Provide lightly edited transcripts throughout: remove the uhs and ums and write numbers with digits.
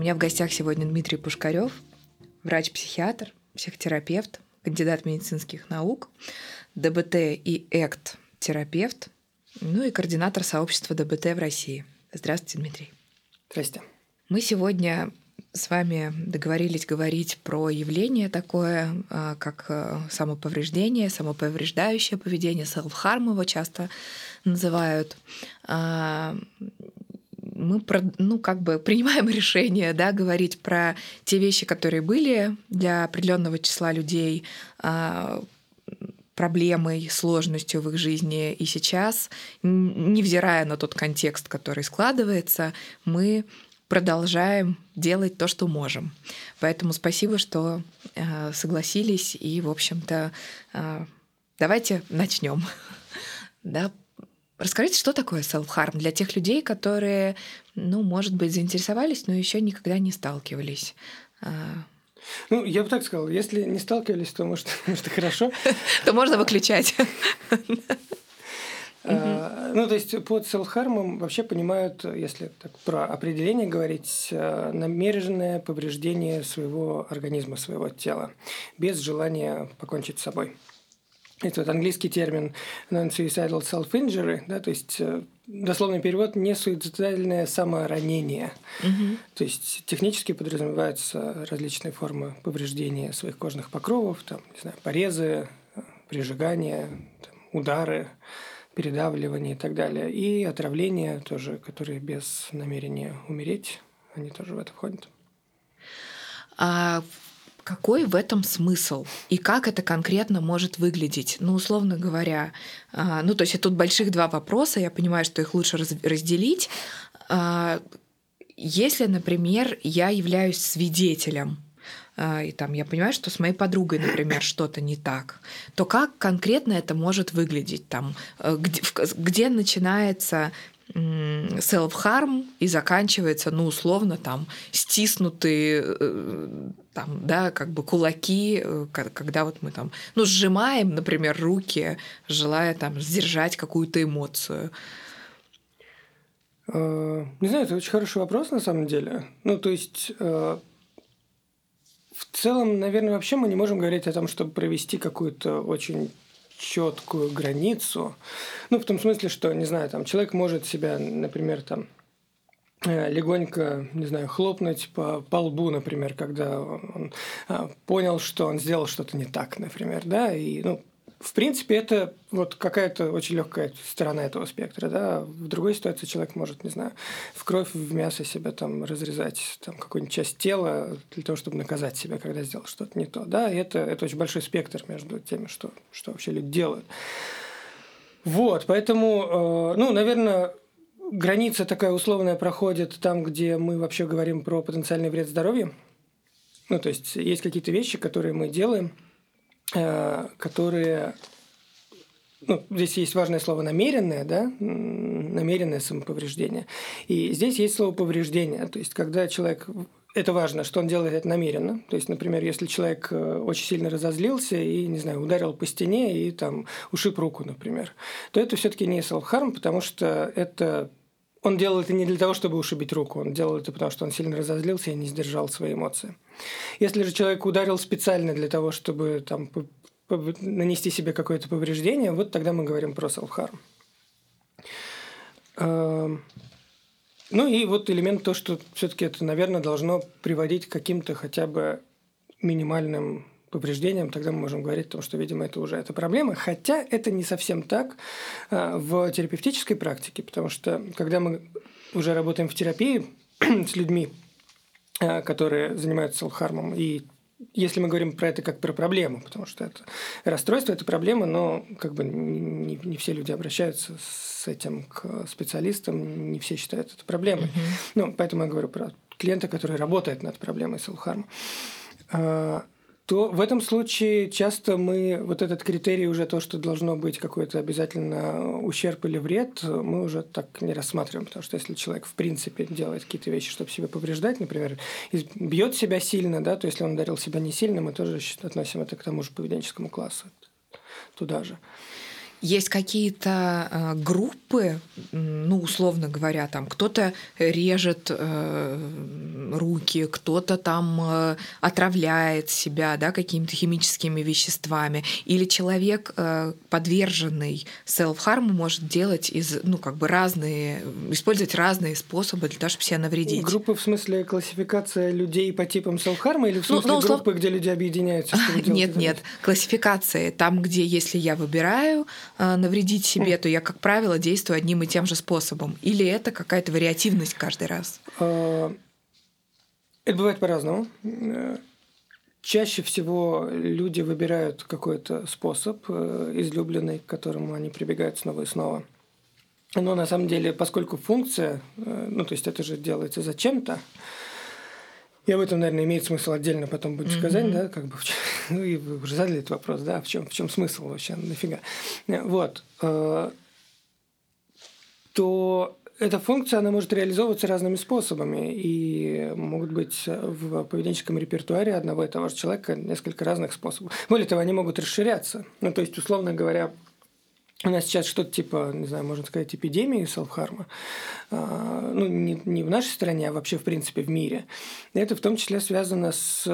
меня в гостях сегодня Дмитрий Пушкарев, врач-психиатр, психотерапевт, кандидат медицинских наук, ДБТ и ЭКТ-терапевт, ну и координатор сообщества ДБТ в России. Здравствуйте, Дмитрий. Здрасте. Мы сегодня с вами договорились говорить про явление такое, как самоповреждение, самоповреждающее поведение, self-harm его часто называют. Мы принимаем решение, говорить про те вещи, которые были для определенного числа людей проблемой, сложностью в их жизни. И сейчас, невзирая на тот контекст, который складывается, мы продолжаем делать то, что можем. Поэтому спасибо, что согласились. И, в общем-то, давайте начнем. Да? Расскажите, что такое self-harm для тех людей, которые, может быть, заинтересовались, но еще никогда не сталкивались. Я бы так сказал, если не сталкивались, то, может, и хорошо. То можно выключать. То есть под self-harm вообще понимают, если так про определение говорить, намеренное повреждение своего организма, своего тела, без желания покончить с собой. Это вот английский термин non-suicidal self-injury, да, то есть дословный перевод «несуицидальное саморанение». То есть технически подразумеваются различные формы повреждения своих кожных покровов, порезы, прижигания, удары, передавливание и так далее. И отравления тоже, которые без намерения умереть, они тоже в это входят. Какой в этом смысл? И как это конкретно может выглядеть? Условно говоря, то есть тут больших два вопроса, я понимаю, что их лучше разделить. Если, например, я являюсь свидетелем, и я понимаю, что с моей подругой, например, что-то не так, то как конкретно это может выглядеть? Где начинается self-harm и заканчивается, условно, стиснутые кулаки, когда мы сжимаем, например, руки, желая сдержать какую-то эмоцию. Не знаю, это очень хороший вопрос на самом деле. То есть в целом, наверное, вообще мы не можем говорить о том, чтобы провести какую-то очень четкую границу. В том смысле, что, не знаю, человек может себя, например, легонько, не знаю, хлопнуть по лбу, например, когда он понял, что он сделал что-то не так, например, да, и, в принципе, это вот какая-то очень легкая сторона этого спектра, да. В другой ситуации человек может, не знаю, в кровь, в мясо себя разрезать какую-нибудь часть тела для того, чтобы наказать себя, когда сделал что-то не то, да. И это очень большой спектр между теми, что вообще люди делают. Вот, поэтому, наверное, граница такая условная проходит там, где мы вообще говорим про потенциальный вред здоровью. То есть есть какие-то вещи, которые мы делаем, которые, здесь есть важное слово намеренное, да, намеренное самоповреждение. И здесь есть слово повреждение, то есть когда человек, это важно, что он делает это намеренно. То есть, например, если человек очень сильно разозлился и, не знаю, ударил по стене и ушиб руку, например, то это все-таки не self-harm, потому что он делал это не для того, чтобы ушибить руку, он делал это потому, что он сильно разозлился и не сдержал свои эмоции. Если же человек ударил специально для того, чтобы нанести себе какое-то повреждение, вот тогда мы говорим про self-harm. И вот элемент то, что все-таки это, наверное, должно приводить к каким-то хотя бы минимальным повреждениям, тогда мы можем говорить о том, что, видимо, это проблема. Хотя это не совсем так в терапевтической практике, потому что когда мы уже работаем в терапии с людьми, которые занимаются self-harm, и если мы говорим про это как про проблему, потому что это расстройство, это проблема, но не все люди обращаются с этим к специалистам, не все считают это проблемой. Поэтому я говорю про клиента, который работает над проблемой self-harm. То в этом случае часто мы вот этот критерий уже то, что должно быть какой-то обязательно ущерб или вред, мы уже так не рассматриваем, потому что если человек в принципе делает какие-то вещи, чтобы себя повреждать, например, бьет себя сильно, да, то если он ударил себя не сильно, мы тоже относим это к тому же поведенческому классу, туда же. Есть какие-то группы, ну, условно говоря, там кто-то режет руки, кто-то там отравляет себя, да, какими-то химическими веществами, или человек, подверженный селф-харму, может делать использовать разные способы для того, чтобы себя навредить. Группы в смысле классификация людей по типам селф-харма или в смысле группы, где люди объединяются, чтобы делать это? Нет, классификации. Там, где если я выбираю навредить себе, то я, как правило, действую одним и тем же способом. Или это какая-то вариативность каждый раз? Это бывает по-разному. Чаще всего люди выбирают какой-то способ излюбленный, к которому они прибегают снова и снова. Но на самом деле, поскольку функция, то есть это же делается зачем-то, и об этом, наверное, имеет смысл отдельно потом будет сказать, да, как бы, и вы уже задали этот вопрос, да, в чем смысл вообще, нафига. Вот. То эта функция, она может реализовываться разными способами, и могут быть в поведенческом репертуаре одного и того же человека несколько разных способов. Более того, они могут расширяться. То есть, условно говоря, у нас сейчас что-то типа, не знаю, можно сказать, эпидемии селф-харма. Не в нашей стране, а вообще, в принципе, в мире. И это в том числе связано с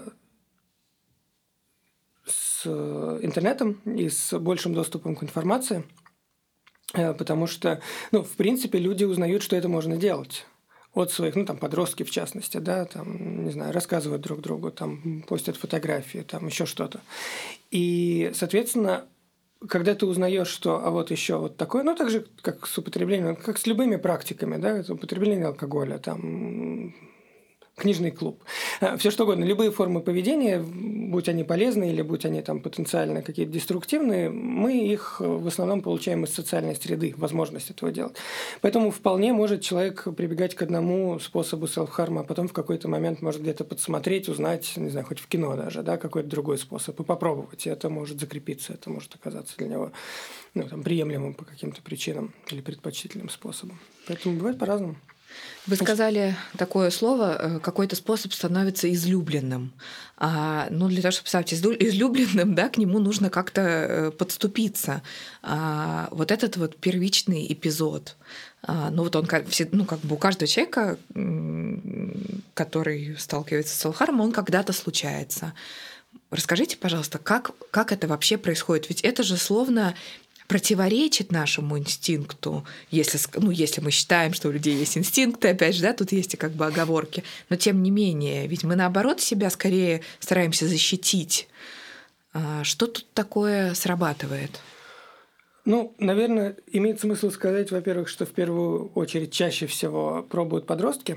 интернетом и с большим доступом к информации. Потому что, в принципе, люди узнают, что это можно делать. От своих, подростки в частности, да, там, не знаю, рассказывают друг другу, там, постят фотографии, там, еще что-то. И, соответственно, когда ты узнаешь, что вот еще вот такое, так же, как с употреблением, как с любыми практиками, да, это употребление алкоголя, там, книжный клуб, все что угодно, любые формы поведения, будь они полезные или будь они там потенциально какие-то деструктивные, мы их в основном получаем из социальной среды, возможность этого делать. Поэтому вполне может человек прибегать к одному способу селф-харма, а потом в какой-то момент может где-то подсмотреть, узнать, не знаю, хоть в кино даже, да, какой-то другой способ, и попробовать, и это может закрепиться, это может оказаться для него приемлемым по каким-то причинам или предпочтительным способом. Поэтому бывает по-разному. Вы сказали такое слово, какой-то способ становится излюбленным. Для того, чтобы стать излюбленным, да, к нему нужно как-то подступиться. Вот этот вот первичный эпизод, он у каждого человека, который сталкивается с селф-хармом, он когда-то случается. Расскажите, пожалуйста, как это вообще происходит? Ведь это же словно противоречит нашему инстинкту, если мы считаем, что у людей есть инстинкты, опять же, да, тут есть как бы оговорки, но тем не менее, ведь мы наоборот себя скорее стараемся защитить. Что тут такое срабатывает? Наверное, имеет смысл сказать, во-первых, что в первую очередь чаще всего пробуют подростки,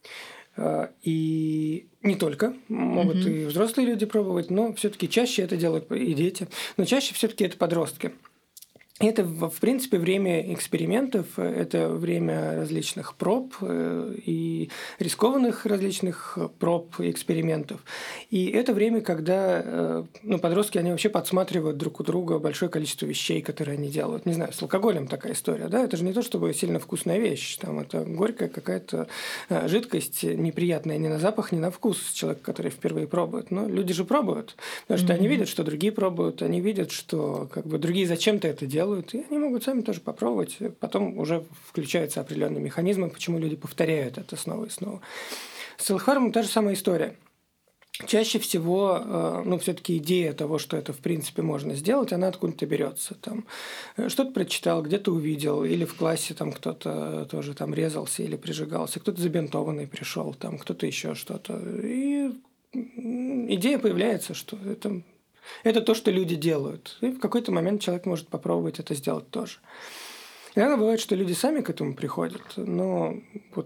и не только, могут и взрослые люди пробовать, но все-таки чаще это делают и дети, но чаще все-таки это подростки. Это, в принципе, время экспериментов, это время различных проб и рискованных различных проб и экспериментов. И это время, когда подростки, они вообще подсматривают друг у друга большое количество вещей, которые они делают. Не знаю, с алкоголем такая история, да? Это же не то, чтобы сильно вкусная вещь. Там это горькая какая-то жидкость, неприятная ни на запах, ни на вкус человека, который впервые пробует. Но люди же пробуют, потому что они видят, что другие пробуют, они видят, что другие зачем-то это делают, и они могут сами тоже попробовать. Потом уже включаются определенные механизмы, почему люди повторяют это снова и снова. С селф-хармом та же самая история. Чаще всего, все-таки идея того, что это в принципе можно сделать, она откуда-то берется. Там что-то прочитал, где-то увидел, или в классе там кто-то тоже там резался или прижигался, кто-то забинтованный пришел, там кто-то еще что-то. И идея появляется, что это то, что люди делают. И в какой-то момент человек может попробовать это сделать тоже. Иногда бывает, что люди сами к этому приходят, но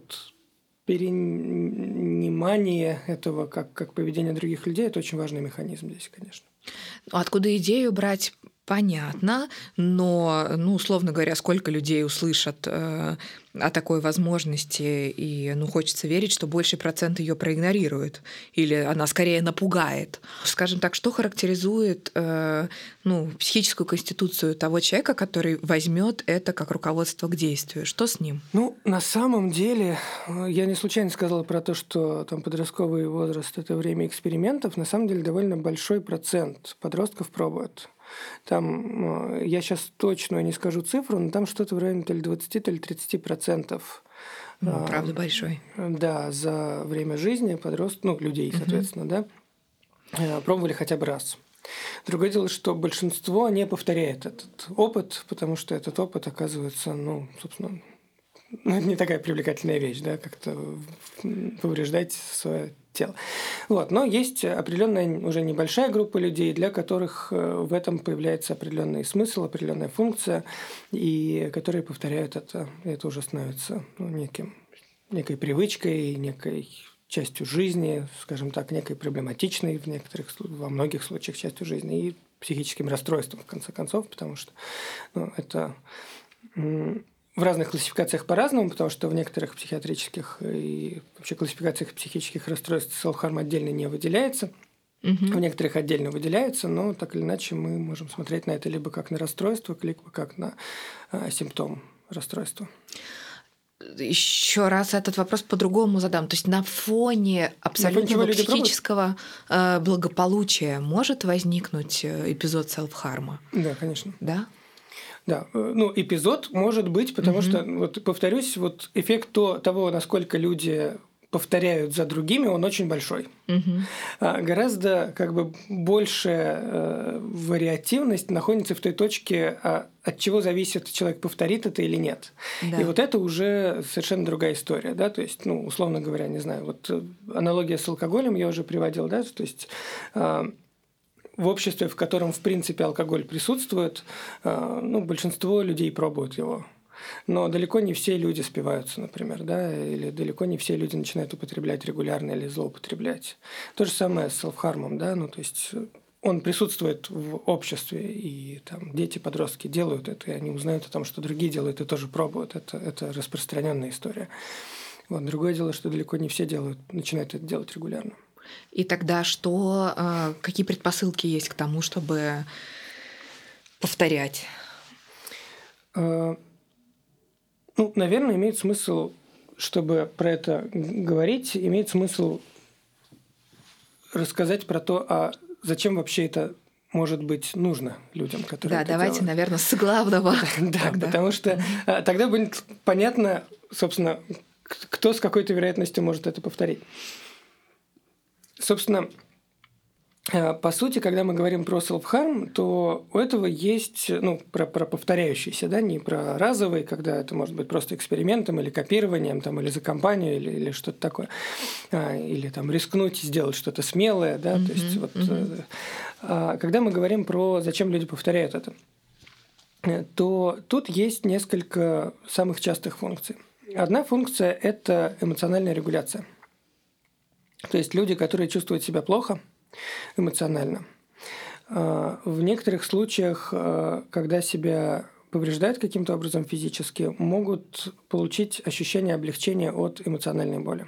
перенимание этого как поведение других людей – это очень важный механизм здесь, конечно. Откуда идею брать? Понятно, но, условно говоря, сколько людей услышат о такой возможности, и хочется верить, что больший процент ее проигнорирует, или она скорее напугает. Скажем так, что характеризует психическую конституцию того человека, который возьмет это как руководство к действию? Что с ним? На самом деле, я не случайно сказала про то, что там подростковый возраст – это время экспериментов. На самом деле, довольно большой процент подростков пробуют. Там, я сейчас точно не скажу цифру, но там что-то в районе то ли 20, то ли 30%. Правда большой. Да, за время жизни подростков, людей, соответственно, да, пробовали хотя бы раз. Другое дело, что большинство не повторяет этот опыт, потому что этот опыт оказывается, собственно, это не такая привлекательная вещь, да, как-то повреждать свое тело. Но есть определенная уже небольшая группа людей, для которых в этом появляется определенный смысл, определенная функция, и которые повторяют это. И это уже становится некой привычкой, некой частью жизни, скажем так, некой проблематичной во многих случаях частью жизни и психическим расстройством, в конце концов, потому что это в разных классификациях по-разному, потому что в некоторых психиатрических и вообще классификациях психических расстройств селф-харм отдельно не выделяется, в некоторых отдельно выделяется, но так или иначе мы можем смотреть на это либо как на расстройство, либо как на симптом расстройства. Еще раз этот вопрос по-другому задам. То есть на фоне абсолютного психического благополучия может возникнуть эпизод селф-харма? Да, конечно. Да? Да, эпизод может быть, потому что, повторюсь, эффект того, насколько люди повторяют за другими, он очень большой. Гораздо большая вариативность находится в той точке, от чего зависит, человек повторит это или нет. Да. И это уже совершенно другая история. Да? То есть, условно говоря, не знаю, аналогия с алкоголем я уже приводил, да, то есть в обществе, в котором, в принципе, алкоголь присутствует, большинство людей пробуют его. Но далеко не все люди спиваются, например, да, или далеко не все люди начинают употреблять регулярно или злоупотреблять. То же самое с селф-хармом, да, то есть он присутствует в обществе, и там дети, подростки делают это, и они узнают о том, что другие делают и тоже пробуют. Это распространенная история. Другое дело, что далеко не все начинают это делать регулярно. И тогда какие предпосылки есть к тому, чтобы повторять? Наверное, имеет смысл, чтобы про это говорить, имеет смысл рассказать про то, зачем вообще это может быть нужно людям, которые это давайте, делают. Наверное, с главного. Да, потому что тогда будет понятно, собственно, кто с какой-то вероятностью может это повторить. Собственно, по сути, когда мы говорим про self-harm, то у этого есть, про повторяющийся, да, не про разовый, когда это может быть просто экспериментом или копированием, или за компанию, или что-то такое, или рискнуть сделать что-то смелое, да, то есть когда мы говорим про зачем люди повторяют это, то тут есть несколько самых частых функций. Одна функция – это эмоциональная регуляция. То есть люди, которые чувствуют себя плохо эмоционально, в некоторых случаях, когда себя повреждают каким-то образом физически, могут получить ощущение облегчения от эмоциональной боли.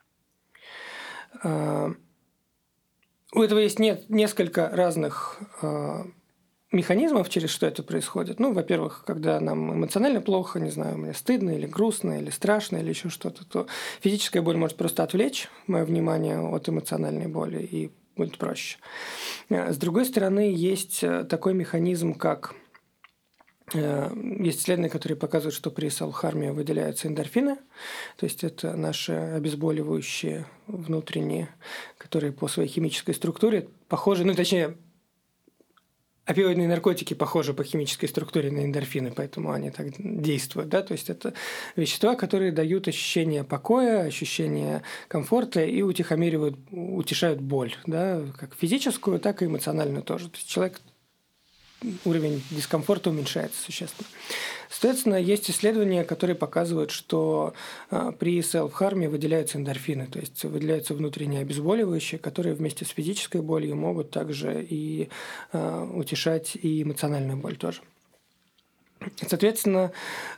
У этого есть несколько разных механизмов, через что это происходит. Во-первых, когда нам эмоционально плохо, не знаю, мне стыдно или грустно, или страшно, или еще что-то, то физическая боль может просто отвлечь мое внимание от эмоциональной боли, и будет проще. С другой стороны, есть такой механизм, как есть исследования, которые показывают, что при селф-харме выделяются эндорфины, то есть это наши обезболивающие внутренние, которые по своей химической структуре похожи, точнее, опиоидные наркотики похожи по химической структуре на эндорфины, поэтому они так действуют. Да? То есть это вещества, которые дают ощущение покоя, ощущение комфорта и утешают боль, да? Как физическую, так и эмоциональную тоже. То есть уровень дискомфорта уменьшается существенно. Соответственно, есть исследования, которые показывают, что при селф-харме выделяются эндорфины, то есть выделяются внутренние обезболивающие, которые вместе с физической болью могут также и утешать и эмоциональную боль тоже. Соответственно,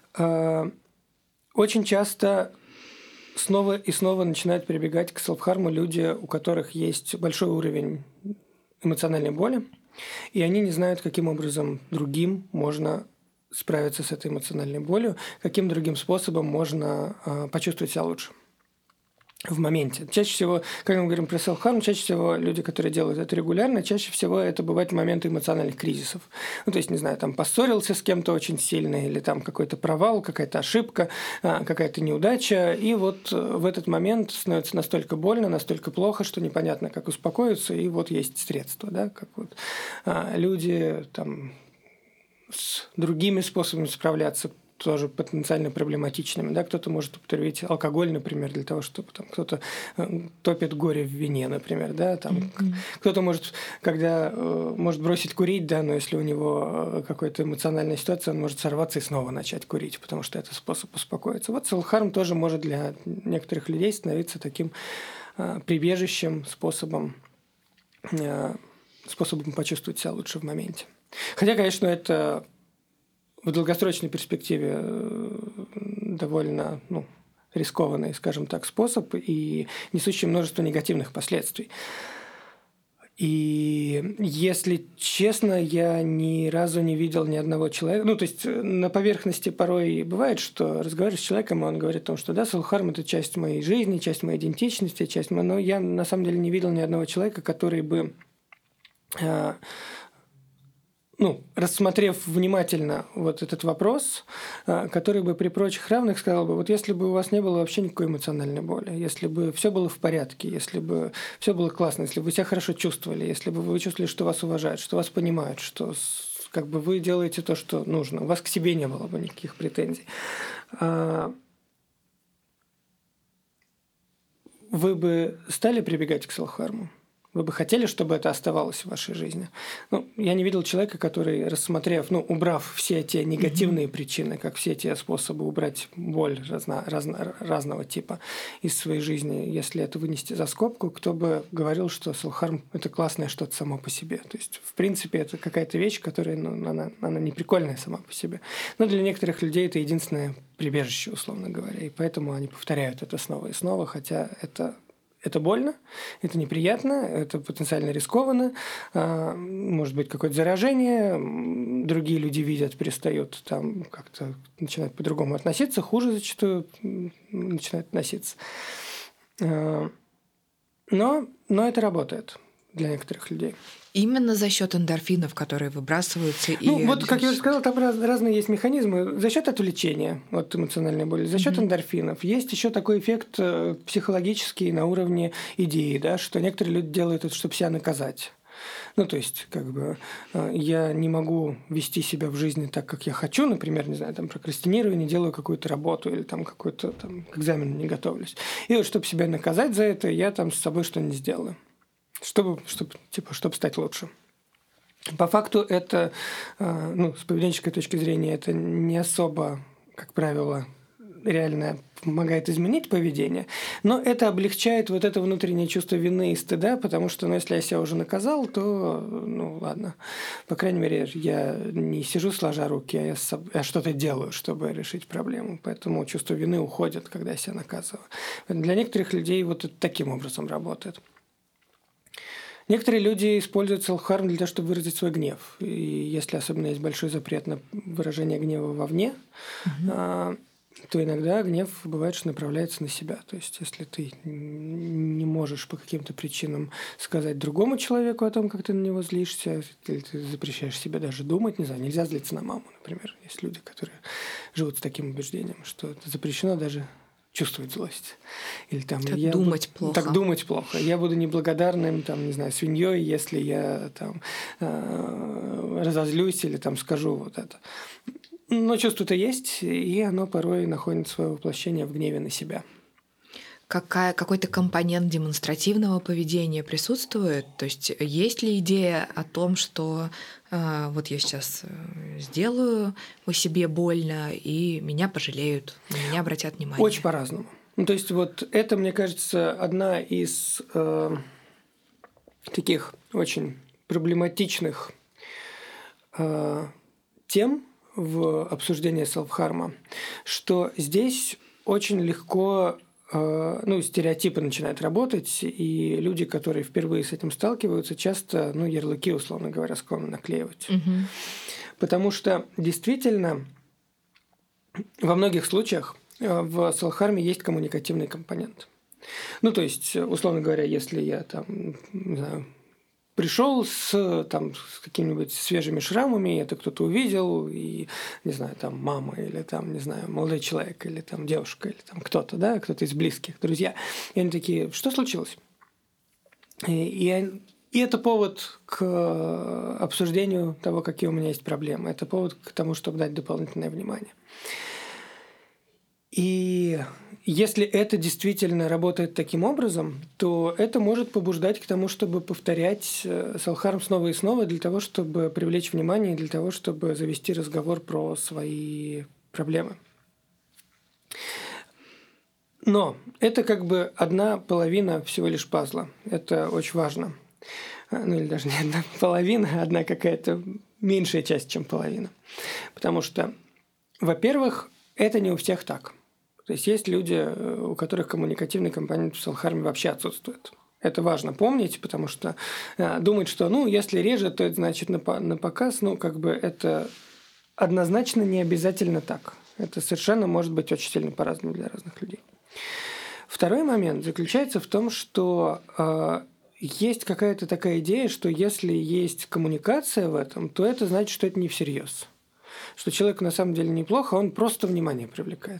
очень часто снова и снова начинают прибегать к селф-харму люди, у которых есть большой уровень эмоциональной боли, и они не знают, каким образом другим можно справиться с этой эмоциональной болью, каким другим способом можно почувствовать себя лучше. в моменте. Чаще всего, когда мы говорим про self-harm, чаще всего люди, которые делают это регулярно, чаще всего это бывает в моменты эмоциональных кризисов. Ну, то есть, не знаю, там поссорился с кем-то очень сильно, или там какой-то провал, какая-то ошибка, какая-то неудача, и вот в этот момент становится настолько больно, настолько плохо, что непонятно, как успокоиться, и вот есть средства, да, как вот люди там с другими способами справляться, тоже потенциально проблематичными. Да? Кто-то может употребить алкоголь, например, для того, чтобы там, кто-то топит горе в вине, например. Да? Там, кто-то может, когда может бросить курить, да, но если у него какая-то эмоциональная ситуация, он может сорваться и снова начать курить, потому что это способ успокоиться. Вот self-harm тоже может для некоторых людей становиться таким прибежищем, способом почувствовать себя лучше в моменте. Хотя, конечно, это в долгосрочной перспективе довольно рискованный, скажем так, способ и несущий множество негативных последствий. И, если честно, я ни разу не видел ни одного человека. Ну, то есть на поверхности порой бывает, что разговариваешь с человеком, и он говорит о том, что да, self-harm – это часть моей жизни, часть моей идентичности, но я на самом деле не видел ни одного человека, который бы рассмотрев внимательно вот этот вопрос, который бы при прочих равных сказал бы, вот если бы у вас не было вообще никакой эмоциональной боли, если бы все было в порядке, если бы все было классно, если бы вы себя хорошо чувствовали, если бы вы чувствовали, что вас уважают, что вас понимают, что как бы вы делаете то, что нужно, у вас к себе не было бы никаких претензий, вы бы стали прибегать к self-harm? Вы бы хотели, чтобы это оставалось в вашей жизни? Я не видел человека, который, рассмотрев, убрав все те негативные причины, как все те способы убрать боль разного типа из своей жизни, если это вынести за скобку, кто бы говорил, что self-harm – это классное что-то само по себе. То есть, в принципе, это какая-то вещь, которая, она не прикольная сама по себе. Но для некоторых людей это единственное прибежище, условно говоря, и поэтому они повторяют это снова и снова, хотя это больно, это неприятно, это потенциально рискованно, может быть какое-то заражение, другие люди видят, перестают там как-то начинают по-другому относиться, хуже зачастую начинают относиться. Но это работает для некоторых людей. Именно за счет эндорфинов, которые выбрасываются. Как я уже сказал, там разные есть механизмы. За счет отвлечения от эмоциональной боли, за счет эндорфинов. Есть еще такой эффект психологический на уровне идеи, да, что некоторые люди делают это, чтобы себя наказать. То есть, я не могу вести себя в жизни так, как я хочу, например, не знаю, там прокрастинирую, не делаю какую-то работу или там какой-то к экзамену не готовлюсь. И вот, чтобы себя наказать за это, я там с собой что-нибудь сделаю. Чтобы стать лучше. По факту это, с поведенческой точки зрения, это не особо, как правило, реально помогает изменить поведение, но это облегчает вот это внутреннее чувство вины и стыда, потому что, если я себя уже наказал, то, ладно, по крайней мере, я не сижу сложа руки, а я что-то делаю, чтобы решить проблему, поэтому чувство вины уходит, когда я себя наказываю. Для некоторых людей вот это таким образом работает. Некоторые люди используют self-harm для того, чтобы выразить свой гнев. И если особенно есть большой запрет на выражение гнева вовне, то иногда гнев бывает, что направляется на себя. То есть, если ты не можешь по каким-то причинам сказать другому человеку о том, как ты на него злишься, или ты запрещаешь себе даже думать, не знаю, нельзя злиться на маму, например. Есть люди, которые живут с таким убеждением, что это запрещено даже чувствовать злость. Или думать плохо. Так думать плохо. Я буду неблагодарным, свиньей, если я разозлюсь или скажу вот это. Но чувство-то есть, и оно порой находит свое воплощение в гневе на себя. Какой-то компонент демонстративного поведения присутствует? То есть есть ли идея о том, что вот я сейчас сделаю себе больно, и меня пожалеют, на меня обратят внимание? Очень по-разному. То есть вот это, мне кажется, одна из таких очень проблематичных тем в обсуждении self-harm, что здесь очень легко стереотипы начинают работать, и люди, которые впервые с этим сталкиваются, часто, ярлыки, условно говоря, склонны наклеивать. Потому что действительно во многих случаях в self-harm есть коммуникативный компонент. Ну, то есть, условно говоря, если я там, не знаю, пришел с какими-нибудь свежими шрамами, это кто-то увидел, и, не знаю, там мама или там, не знаю, молодой человек, или там девушка, или там кто-то, да, кто-то из близких, друзья. И они такие, что случилось? И это повод к обсуждению того, какие у меня есть проблемы. Это повод к тому, чтобы дать дополнительное внимание. И если это действительно работает таким образом, то это может побуждать к тому, чтобы повторять селф-харм снова и снова для того, чтобы привлечь внимание, для того, чтобы завести разговор про свои проблемы. Но это как бы одна половина всего лишь пазла. Это очень важно. Ну или даже не одна половина, а одна какая-то меньшая часть, чем половина. Потому что, во-первых, это не у всех так. То есть люди, у которых коммуникативный компонент в селф-харме вообще отсутствует. Это важно помнить, потому что думать, что если режет, то это значит на показ, это однозначно не обязательно так. Это совершенно может быть очень сильно по-разному для разных людей. Второй момент заключается в том, что есть какая-то такая идея, что если есть коммуникация в этом, то это значит, что это не всерьез. Что человеку на самом деле неплохо, он просто внимание привлекает.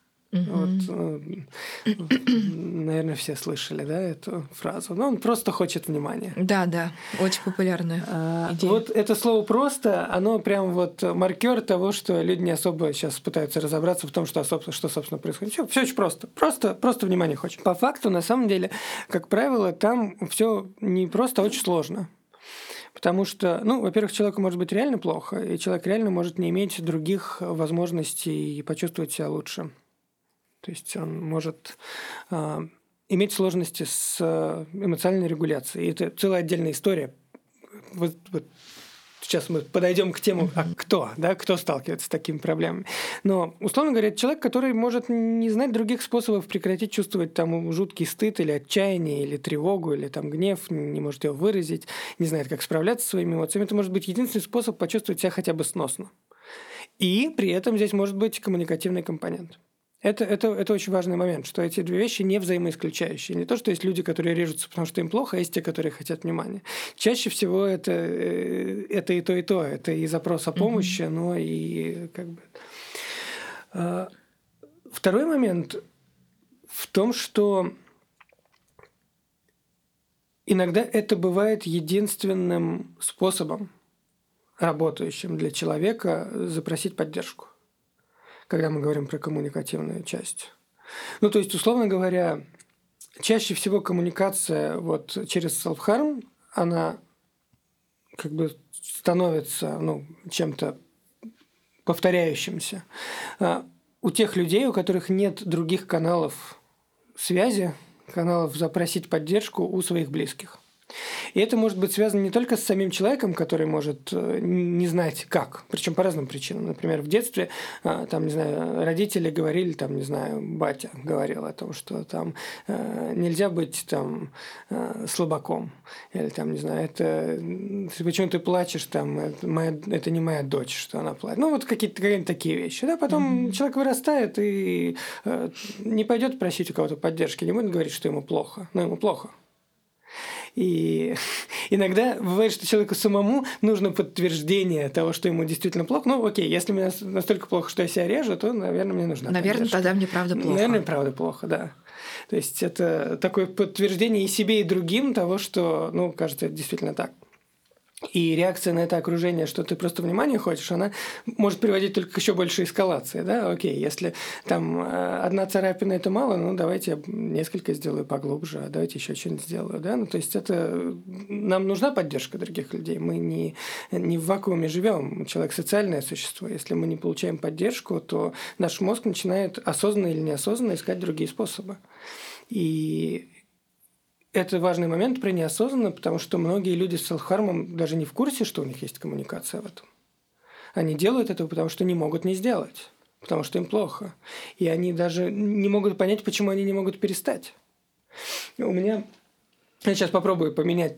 Наверное, все слышали, да, эту фразу. Он просто хочет внимания. Да, очень популярная идея. Вот это слово «просто», оно прям маркер того, что люди не особо сейчас пытаются разобраться в том, что собственно, происходит. Все очень просто. Просто внимание хочет. По факту, на самом деле, как правило, там все не просто, а очень сложно. Потому что, во-первых, человеку может быть реально плохо, и человек реально может не иметь других возможностей почувствовать себя лучше. То есть он может иметь сложности с эмоциональной регуляцией. И это целая отдельная история. Вот сейчас мы подойдем к тему, кто сталкивается с такими проблемами. Но, условно говоря, это человек, который может не знать других способов прекратить чувствовать жуткий стыд или отчаяние, или тревогу, или гнев, не может его выразить, не знает, как справляться со своими эмоциями. Это может быть единственный способ почувствовать себя хотя бы сносно. И при этом здесь может быть коммуникативный компонент. Это очень важный момент, что эти две вещи не взаимоисключающие. Не то, что есть люди, которые режутся, потому что им плохо, а есть те, которые хотят внимания. Чаще всего это и то, и то. Это и запрос о помощи, но и Второй момент в том, что иногда это бывает единственным способом, работающим для человека, запросить поддержку, когда мы говорим про коммуникативную часть. То есть, условно говоря, чаще всего коммуникация через селф-харм, она становится чем-то повторяющимся. У тех людей, у которых нет других каналов связи, каналов запросить поддержку у своих близких. И это может быть связано не только с самим человеком, который может не знать как, причем по разным причинам. Например, в детстве родители говорили, батя говорил о том, что нельзя быть слабаком. Или почему ты плачешь, это не моя дочь, что она плачет. Какие-то такие вещи. Да? Потом человек вырастает и не пойдет просить у кого-то поддержки, не будет говорить, что ему плохо. Но ему плохо. И иногда бывает, что человеку самому нужно подтверждение того, что ему действительно плохо. Окей, если мне настолько плохо, что я себя режу, то, наверное, мне нужна поддержка. Тогда мне правда плохо. Наверное, правда плохо, да. То есть это такое подтверждение и себе, и другим того, что, кажется, это действительно так. И реакция на это окружение, что ты просто внимание хочешь, она может приводить только к еще большей эскалации. Да? Окей, если одна царапина – это мало, давайте я несколько сделаю поглубже, а давайте еще что-нибудь сделаю. Да? То есть нам нужна поддержка других людей. Мы не в вакууме живем. Человек – социальное существо. Если мы не получаем поддержку, то наш мозг начинает осознанно или неосознанно искать другие способы. И это важный момент про неосознанно, потому что многие люди с селф-хармом даже не в курсе, что у них есть коммуникация в этом. Они делают это, потому что не могут не сделать, потому что им плохо. И они даже не могут понять, почему они не могут перестать. Я сейчас попробую поменять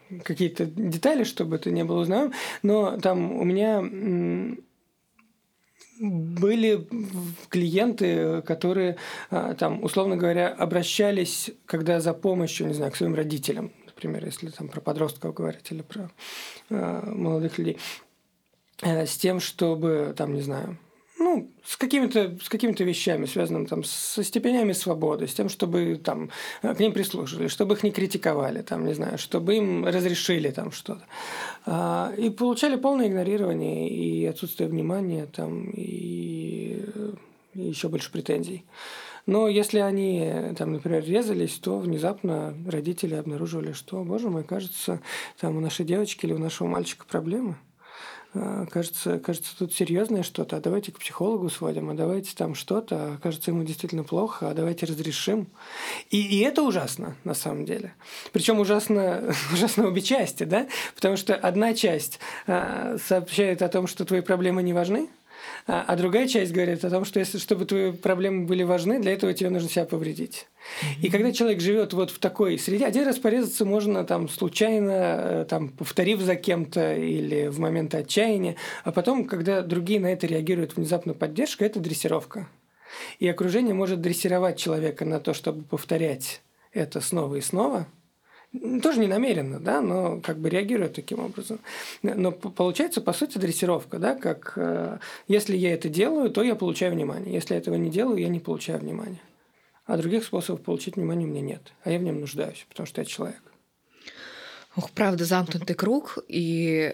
какие-то детали, чтобы это не было узнаваем, но у меня были клиенты, которые, там, условно говоря, обращались, когда за помощью, не знаю, к своим родителям, например, если там про подростков говорить или про молодых людей, с тем, чтобы, там, не знаю, ну, с какими-то вещами, связанными там, со степенями свободы, с тем, чтобы там, к ним прислушивали, чтобы их не критиковали, там, не знаю, чтобы им разрешили там, что-то. И получали полное игнорирование и отсутствие внимания, там, и еще больше претензий. Но если они, там, например, резались, то внезапно родители обнаруживали, что, боже мой, кажется, там у нашей девочки или у нашего мальчика проблемы. Кажется, тут серьезное что-то, а давайте к психологу сводим, а давайте там что-то, а кажется, ему действительно плохо, а давайте разрешим. И это ужасно, на самом деле. Причем ужасно обе части, да? Потому что одна часть сообщает о том, что твои проблемы не важны, а другая часть говорит о том, что чтобы твои проблемы были важны, для этого тебе нужно себя повредить. И когда человек живет вот в такой среде, один раз порезаться можно там случайно, там, повторив за кем-то или в момент отчаяния, а потом, когда другие на это реагируют внезапно поддержкой, это дрессировка. И окружение может дрессировать человека на то, чтобы повторять это снова и снова. Тоже не намеренно, да, но как бы реагирует таким образом. Но получается, по сути, дрессировка, да, как если я это делаю, то я получаю внимание. Если я этого не делаю, я не получаю внимания. А других способов получить внимание у меня нет. А я в нем нуждаюсь, потому что я человек. Ох, правда, замкнутый круг. И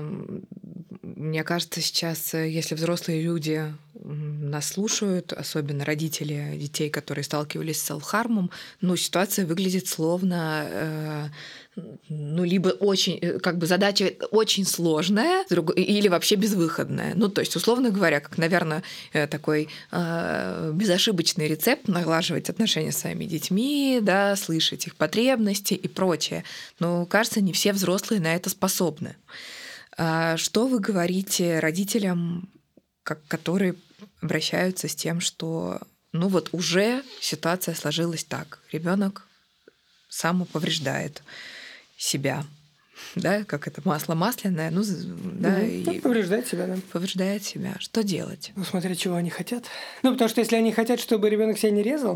мне кажется, сейчас, если взрослые люди нас слушают, особенно родители детей, которые сталкивались с селф-хармом, ну, ситуация выглядит словно ну, либо очень, как бы задача очень сложная, или вообще безвыходная. Ну, то есть, условно говоря, как, наверное, такой безошибочный рецепт налаживать отношения с своими детьми, да, слышать их потребности и прочее. Но, кажется, не все взрослые на это способны. Что вы говорите родителям, которые обращаются с тем, что ну вот уже ситуация сложилась так, ребенок самоповреждает себя, да, как это масло масляное, ну да, и повреждает себя, да. Повреждает себя. Что делать? Ну, смотря чего они хотят. Ну, потому что если они хотят, чтобы ребенок себя не резал,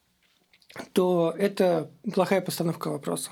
то это плохая постановка вопроса.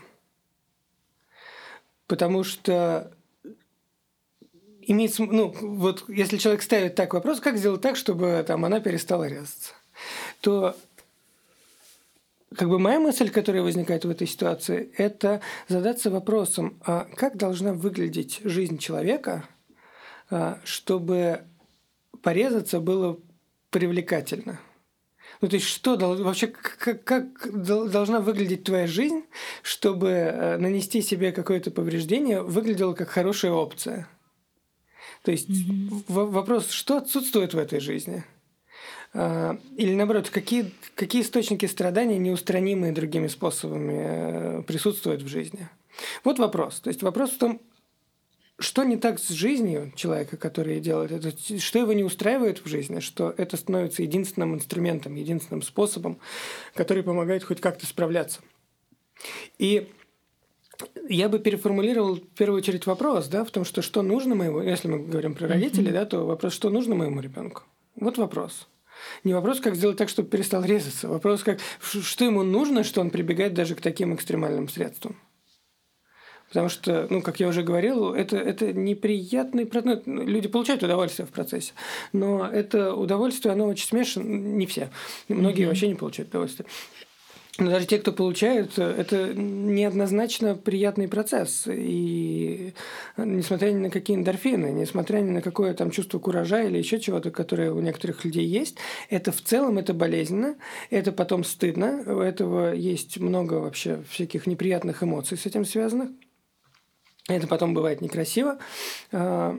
Потому что имеется, ну, вот если человек ставит так вопрос, как сделать так, чтобы там она перестала резаться, то как бы моя мысль, которая возникает в этой ситуации, это задаться вопросом, а как должна выглядеть жизнь человека, чтобы порезаться было привлекательно. Ну, то есть, что вообще, как должна выглядеть твоя жизнь, чтобы нанести себе какое-то повреждение выглядело как хорошая опция? То есть вопрос, что отсутствует в этой жизни? Или наоборот, какие источники страданий, неустранимые другими способами, присутствуют в жизни? Вот вопрос. То есть вопрос в том, что не так с жизнью человека, который делает это, что его не устраивает в жизни, что это становится единственным инструментом, единственным способом, который помогает хоть как-то справляться. И я бы переформулировал в первую очередь вопрос, да, в том, что нужно моему, если мы говорим про родителей, да, то вопрос, что нужно моему ребенку. Вот вопрос. Не вопрос, как сделать так, чтобы перестал резаться. Вопрос, что ему нужно, что он прибегает даже к таким экстремальным средствам. Потому что, ну, как я уже говорил, это неприятный процесс. Люди получают удовольствие в процессе, но это удовольствие, оно очень смешано. Не все. Многие вообще не получают удовольствие. Но даже те, кто получают, это неоднозначно приятный процесс. И несмотря ни на какие эндорфины, несмотря ни на какое там чувство куража или еще чего-то, которое у некоторых людей есть, это в целом это болезненно, это потом стыдно, у этого есть много вообще всяких неприятных эмоций с этим связанных. Это потом бывает некрасиво. Ну,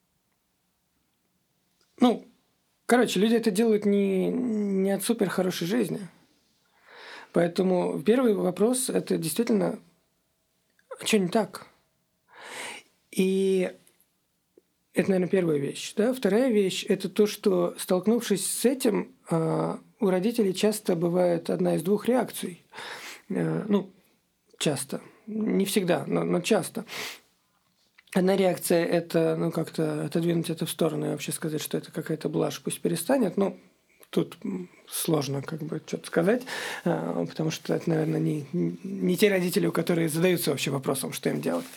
короче, люди это делают не от супер хорошей жизни. Поэтому первый вопрос – это действительно, что не так? И это, наверное, первая вещь. Да? Вторая вещь – это то, что, столкнувшись с этим, у родителей часто бывает одна из двух реакций. Ну, часто. Не всегда, но часто. Одна реакция – это, как-то отодвинуть это в сторону и вообще сказать, что это какая-то блажь, пусть перестанет. Тут сложно что-то сказать, потому что это, наверное, не те родители, у которых задаются вообще вопросом, что им делать.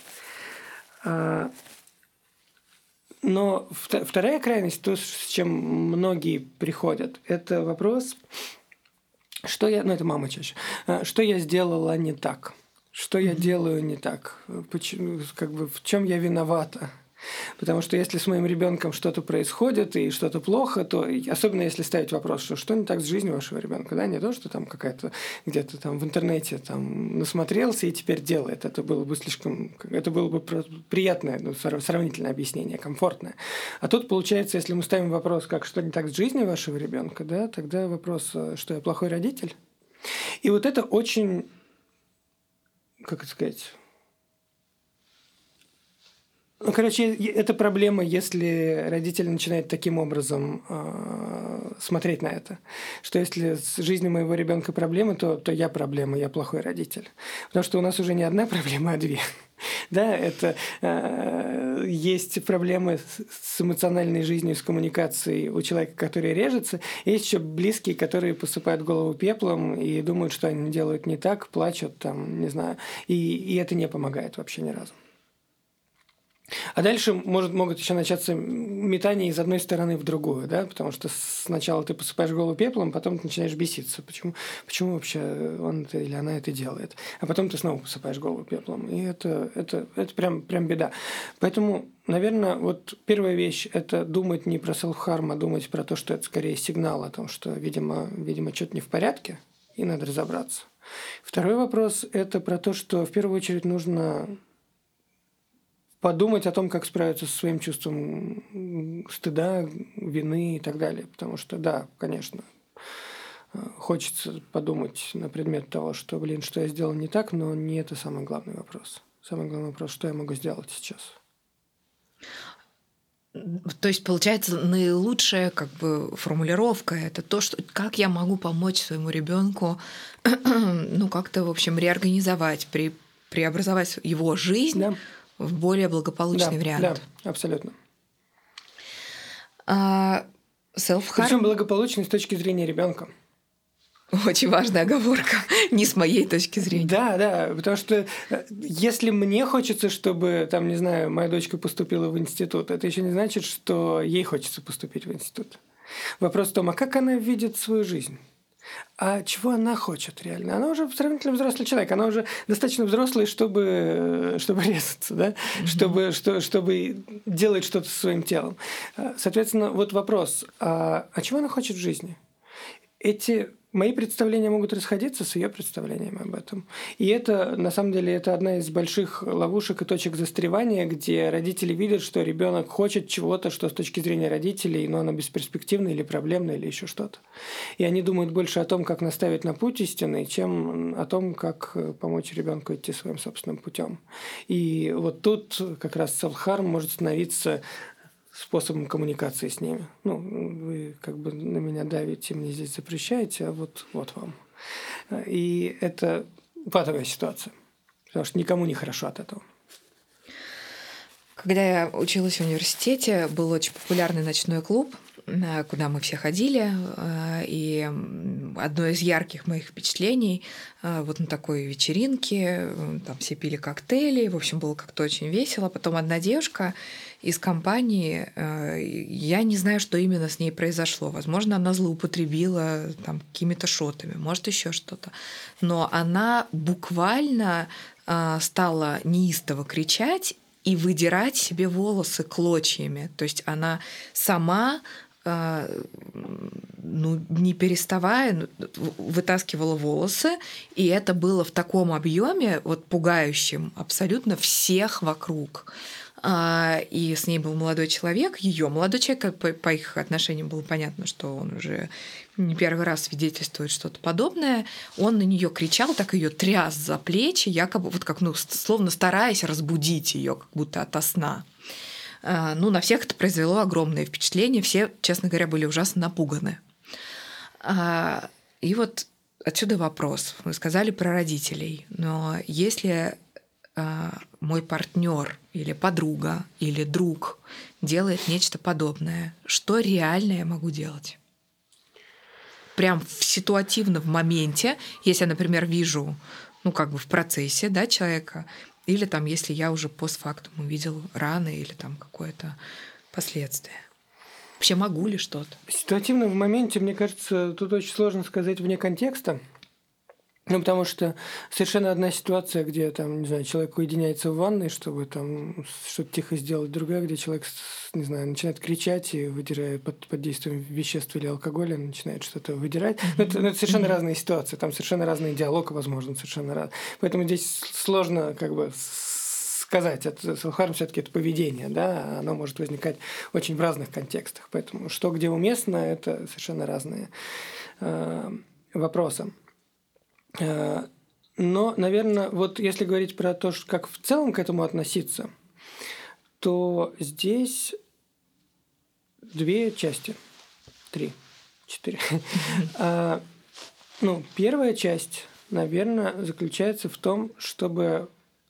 Но вторая крайность, то, с чем многие приходят, это вопрос, что я, это мама чаще, что я сделала не так, что я делаю не так, почему, в чем я виновата. Потому что если с моим ребенком что-то происходит и что-то плохо, то особенно если ставить вопрос, что не так с жизнью вашего ребенка, да, не то, что там какая-то где-то там в интернете там насмотрелся и теперь делает. Это было бы приятное, сравнительное объяснение, комфортное. А тут получается, если мы ставим вопрос, что не так с жизнью вашего ребенка, да, тогда вопрос, что я плохой родитель. И вот это очень, как это сказать. Это проблема, если родители начинают таким образом смотреть на это. Что если с жизнью моего ребенка проблемы, то я проблема, я плохой родитель. Потому что у нас уже не одна проблема, а две. Да, это есть проблемы с эмоциональной жизнью, с коммуникацией у человека, который режется. Есть еще близкие, которые посыпают голову пеплом и думают, что они делают не так, плачут, там, не знаю. И это не помогает вообще ни разу. А дальше могут еще начаться метания из одной стороны в другую, да, потому что сначала ты посыпаешь голову пеплом, потом ты начинаешь беситься. Почему вообще он это или она это делает? А потом ты снова посыпаешь голову пеплом. И это прям беда. Поэтому, наверное, вот первая вещь – это думать не про селф-харм, а думать про то, что это скорее сигнал о том, что, видимо, что-то не в порядке, и надо разобраться. Второй вопрос – это про то, что в первую очередь нужно подумать о том, как справиться со своим чувством стыда, вины и так далее. Потому что, да, конечно, хочется подумать на предмет того, что, что я сделал не так, но не это самый главный вопрос. Самый главный вопрос, что я могу сделать сейчас. То есть, получается, наилучшая формулировка – это то, что как я могу помочь своему ребенку, как-то, в общем, реорганизовать, преобразовать его жизнь, да, в более благополучный вариант. Да, абсолютно. Self-harm. Причем благополучный с точки зрения ребенка. Очень важная оговорка, не с моей точки зрения. Да, потому что если мне хочется, чтобы, там, не знаю, моя дочка поступила в институт, это еще не значит, что ей хочется поступить в институт. Вопрос в том, а как она видит свою жизнь? А чего она хочет реально? Она уже сравнительно взрослый человек, она уже достаточно взрослый, чтобы резаться, да? Чтобы делать что-то со своим телом. Соответственно, вот вопрос, а чего она хочет в жизни? Мои представления могут расходиться с ее представлениями об этом. И это, на самом деле, это одна из больших ловушек и точек застревания, где родители видят, что ребенок хочет чего-то, что с точки зрения родителей, но оно бесперспективно или проблемно, или еще что-то. И они думают больше о том, как наставить на путь истинный, чем о том, как помочь ребенку идти своим собственным путем. И вот тут как раз self-harm может становиться способом коммуникации с ними. Вы на меня давите, мне здесь запрещаете, а вот вам. И это патовая ситуация, потому что никому не хорошо от этого. Когда я училась в университете, был очень популярный ночной клуб, куда мы все ходили, и одно из ярких моих впечатлений вот на такой вечеринке, там все пили коктейли, в общем, было как-то очень весело. Потом одна девушка из компании, я не знаю, что именно с ней произошло. Возможно, она злоупотребила там какими-то шотами, может, еще что-то. Но она буквально стала неистово кричать и выдирать себе волосы клочьями. То есть она сама, не переставая, вытаскивала волосы, и это было в таком объеме, пугающем абсолютно всех вокруг. И с ней был молодой человек, ее молодой человек, по их отношениям было понятно, что он уже не первый раз свидетельствует что-то подобное. Он на нее кричал, так ее тряс за плечи, якобы словно стараясь разбудить ее, как будто ото сна. На всех это произвело огромное впечатление, все, честно говоря, были ужасно напуганы. И вот отсюда вопрос. Вы сказали про родителей, но если мой партнер или подруга или друг делает нечто подобное, что реально я могу делать? Прям ситуативно в моменте, если я, например, вижу, в процессе, да, человека, или там, если я уже постфактум увидел раны или там какое-то последствие. Вообще могу ли что-то? Ситуативно в моменте, мне кажется, тут очень сложно сказать вне контекста. Потому что совершенно одна ситуация, где там, не знаю, человек уединяется в ванной, чтобы там что-то тихо сделать, другая, где человек, не знаю, начинает кричать и выдирает под действием веществ или алкоголя, начинает что-то выдирать. Это совершенно разные ситуации, там совершенно разный диалог, возможно, совершенно разный. Поэтому здесь сложно сказать, это селф-харм все-таки это поведение, да, оно может возникать очень в разных контекстах. Поэтому что где уместно, это совершенно разные вопросы. Но, наверное, вот если говорить про то, как в целом к этому относиться, то здесь 2 части, 3, 4. Первая часть, наверное, заключается в том, чтобы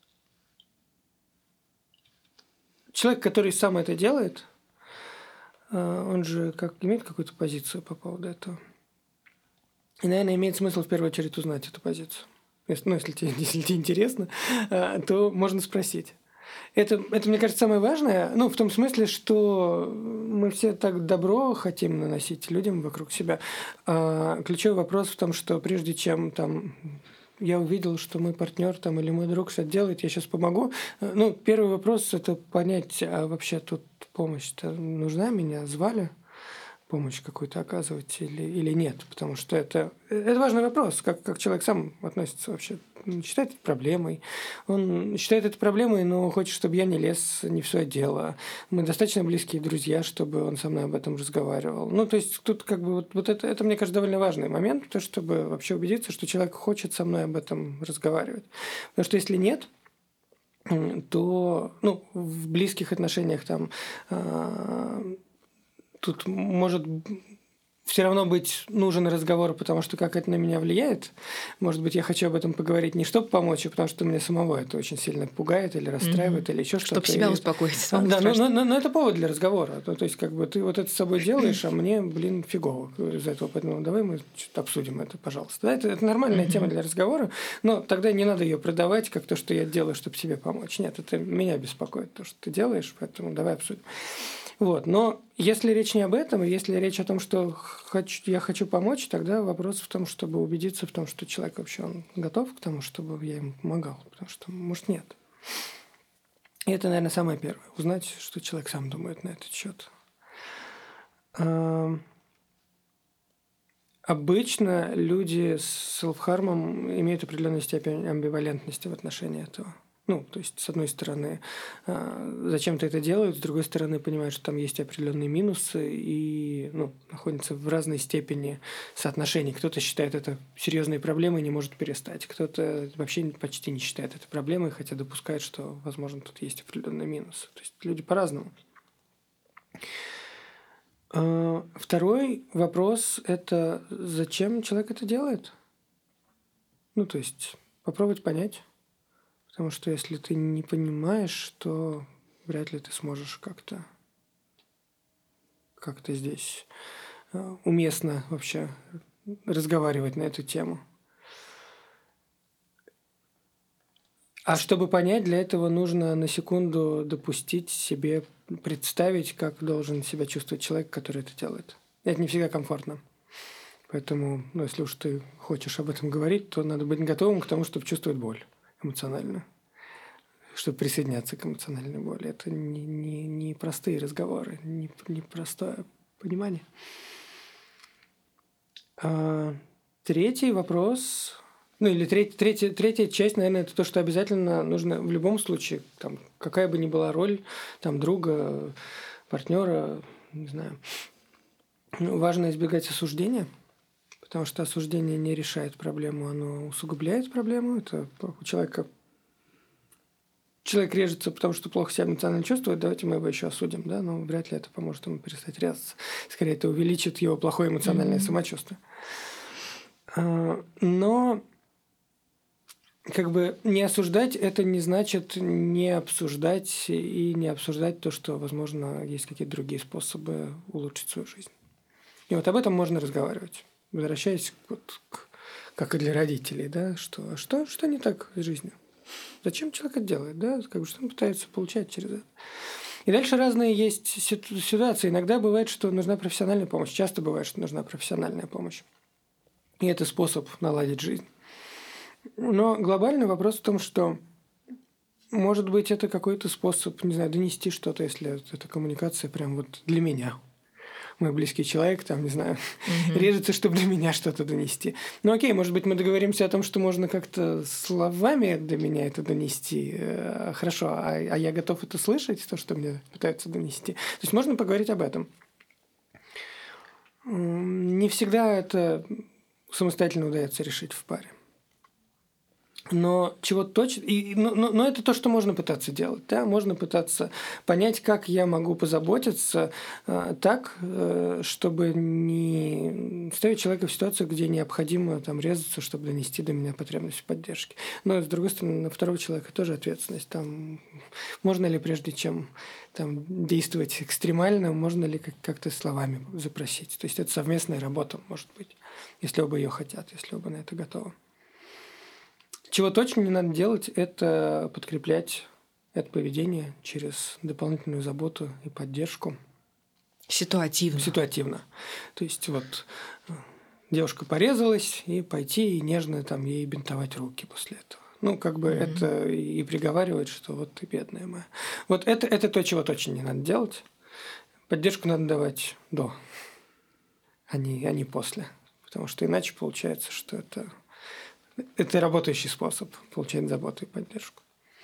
человек, который сам это делает, он же имеет какую-то позицию по поводу этого. И, наверное, имеет смысл в первую очередь узнать эту позицию. Если тебе интересно, то можно спросить. Это, мне кажется, самое важное. В том смысле, что мы все так добро хотим наносить людям вокруг себя. Ключевой вопрос в том, что прежде чем я увидел, что мой партнер или мой друг что-то делает, я сейчас помогу. Первый вопрос – это понять, а вообще тут помощь-то нужна, меня звали? Помощь какую-то оказывать или нет, потому что это важный вопрос, как человек сам относится вообще. Он считает это проблемой, но хочет, чтобы я не лез не в свое дело. Мы достаточно близкие друзья, чтобы он со мной об этом разговаривал. То есть тут вот это, мне кажется, довольно важный момент, то, чтобы вообще убедиться, что человек хочет со мной об этом разговаривать. Потому что если нет, то в близких отношениях тут может все равно быть нужен разговор, потому что как это на меня влияет. Может быть, я хочу об этом поговорить не чтобы помочь, а потому что меня самого это очень сильно пугает или расстраивает, или еще что-то. Чтобы себя успокоить. Да, но это повод для разговора. То есть, ты вот это с собой делаешь, а мне, фигово из-за этого. Поэтому давай мы что-то обсудим это, пожалуйста. Да, это нормальная тема для разговора, но тогда не надо ее продавать, как то, что я делаю, чтобы себе помочь. Нет, это меня беспокоит, то, что ты делаешь, поэтому давай обсудим. Но если речь не об этом, если речь о том, что я хочу помочь, тогда вопрос в том, чтобы убедиться в том, что человек вообще он готов к тому, чтобы я ему помогал. Потому что, может, нет. И это, наверное, самое первое. Узнать, что человек сам думает на этот счет. Обычно люди с селф-хармом имеют определенную степень амбивалентности в отношении этого. То есть, с одной стороны, зачем-то это делают, с другой стороны, понимают, что там есть определенные минусы и находятся в разной степени соотношений. Кто-то считает это серьезной проблемой и не может перестать. Кто-то вообще почти не считает это проблемой, хотя допускает, что, возможно, тут есть определенные минусы. То есть, люди по-разному. Второй вопрос – это зачем человек это делает? То есть, попробовать понять. Потому что если ты не понимаешь, то вряд ли ты сможешь как-то здесь уместно вообще разговаривать на эту тему. А чтобы понять, для этого нужно на секунду допустить себе, представить, как должен себя чувствовать человек, который это делает. Это не всегда комфортно. Поэтому, если уж ты хочешь об этом говорить, то надо быть готовым к тому, чтобы чувствовать боль эмоционально, чтобы присоединяться к эмоциональной боли. Это не простые разговоры, не простое понимание. Третий вопрос, или третья часть, наверное, это то, что обязательно нужно в любом случае, какая бы ни была роль друга, партнера, не знаю, важно избегать осуждения. Потому что осуждение не решает проблему, оно усугубляет проблему. Это у человека... Человек режется, потому что плохо себя эмоционально чувствует, давайте мы его еще осудим, да, но вряд ли это поможет ему перестать резаться. Скорее, это увеличит его плохое эмоциональное самочувствие. Но как бы не осуждать это не значит не обсуждать и не обсуждать то, что, возможно, есть какие-то другие способы улучшить свою жизнь. И вот об этом можно разговаривать. Возвращаясь как и для родителей, да, что не так с жизнью? Зачем человек это делает, да? Как бы, что он пытается получать через это? И дальше разные есть ситуации. Иногда бывает, что нужна профессиональная помощь. Часто бывает, что нужна профессиональная помощь. И это способ наладить жизнь. Но глобальный вопрос в том, что, может быть, это какой-то способ, не знаю, донести что-то, если это коммуникация прям вот для меня. Мой близкий человек, там, не знаю, режется, чтобы до меня что-то донести. Ну окей, может быть, мы договоримся о том, что можно как-то словами до меня это донести. Хорошо, а я готов это слышать, то, что мне пытаются донести. То есть можно поговорить об этом. Не всегда это самостоятельно удается решить в паре. Но чего точно... Но это то, что можно пытаться делать. Да? Можно пытаться понять, как я могу позаботиться так, чтобы не ставить человека в ситуацию, где необходимо там, резаться, чтобы донести до меня потребность в поддержке. Но, с другой стороны, на второго человека тоже ответственность. Там, можно ли, прежде чем там, действовать экстремально, можно ли как-то словами запросить. То есть это совместная работа, может быть, если оба ее хотят, если оба на это готовы. Чего точно не надо делать, это подкреплять это поведение через дополнительную заботу и поддержку. Ситуативно. Ситуативно. То есть вот девушка порезалась, и пойти и нежно там ей бинтовать руки после этого. Ну, как бы это и приговаривать, что вот ты бедная моя. Вот это то, чего точно не надо делать. Поддержку надо давать до, а не после. Потому что иначе получается, что это работающий способ получать заботу и поддержку.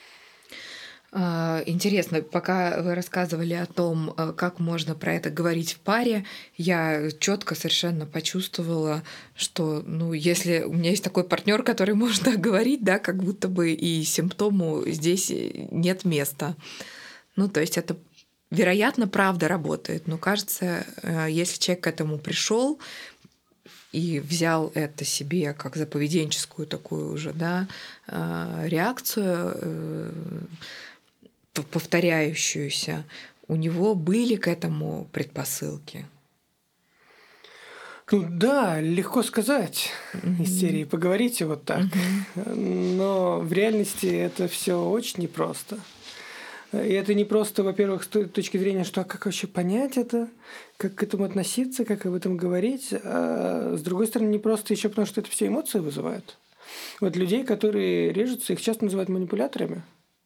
Интересно, пока вы рассказывали о том, как можно про это говорить в паре, я четко совершенно почувствовала, что, если у меня есть такой партнер, который можно говорить, да, как будто бы и симптому здесь нет места. То есть это, вероятно, правда работает. Но кажется, если человек к этому пришел и взял это себе как за поведенческую такую уже, да, реакцию, повторяющуюся, у него были к этому предпосылки. Да, легко сказать из серии «поговорите вот так». Но в реальности это все очень непросто. И это не просто, во-первых, с точки зрения, что как вообще понять это, как к этому относиться, как об этом говорить. А с другой стороны, не просто еще потому, что это все эмоции вызывает. Вот людей, которые режутся, их часто называют манипуляторами.